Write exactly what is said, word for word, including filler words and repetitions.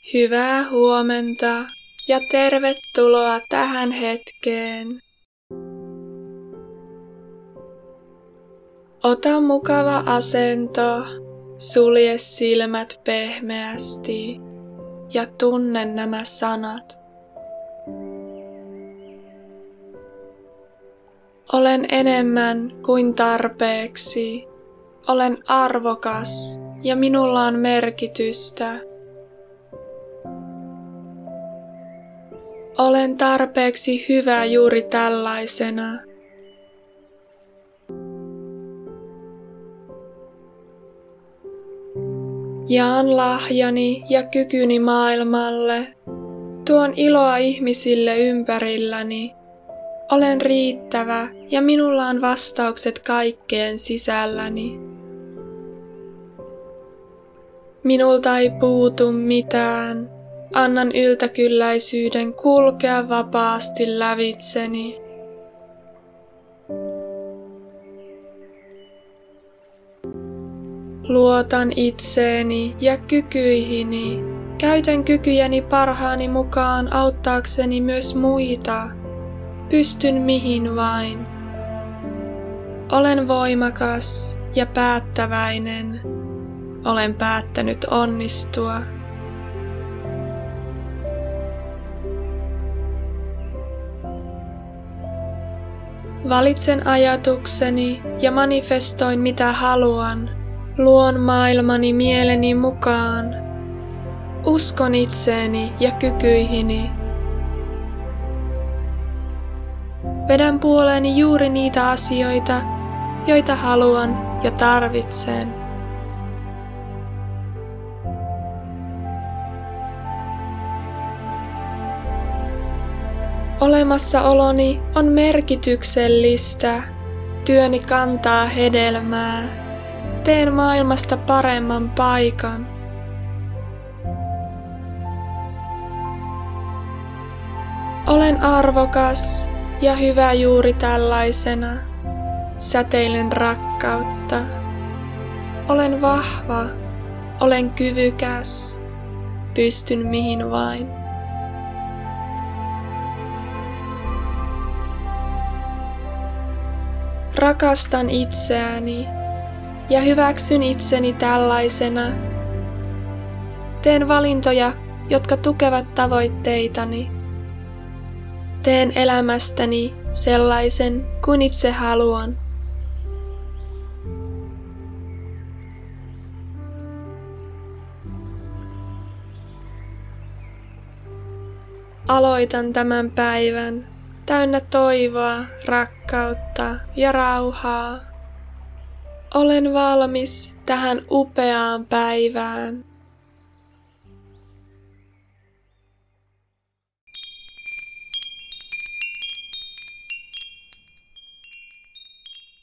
Hyvää huomenta ja tervetuloa tähän hetkeen. Ota mukava asento, sulje silmät pehmeästi ja tunne nämä sanat. Olen enemmän kuin tarpeeksi. Olen arvokas ja minulla on merkitystä. Olen tarpeeksi hyvä juuri tällaisena. Jaan lahjani ja kykyni maailmalle. Tuon iloa ihmisille ympärilläni. Olen riittävä ja minulla on vastaukset kaikkeen sisälläni. Minulta ei puutu mitään. Annan yltäkylläisyyden kulkea vapaasti lävitseni. Luotan itseeni ja kykyihini. Käytän kykyjäni parhaani mukaan auttaakseni myös muita. Pystyn mihin vain. Olen voimakas ja päättäväinen. Olen päättänyt onnistua. Valitsen ajatukseni ja manifestoin mitä haluan. Luon maailmani mieleni mukaan. Uskon itseeni ja kykyihini. Vedän puoleeni juuri niitä asioita, joita haluan ja tarvitsen. Olemassaoloni on merkityksellistä. Työni kantaa hedelmää. Teen maailmasta paremman paikan. Olen arvokas ja hyvä juuri tällaisena. Säteilen rakkautta. Olen vahva. Olen kyvykäs. Pystyn mihin vain. Rakastan itseäni ja hyväksyn itseni tällaisena. Teen valintoja, jotka tukevat tavoitteitani. Teen elämästäni sellaisen kuin itse haluan. Aloitan tämän päivän täynnä toivoa, rakkautta ja rauhaa. Olen valmis tähän upeaan päivään.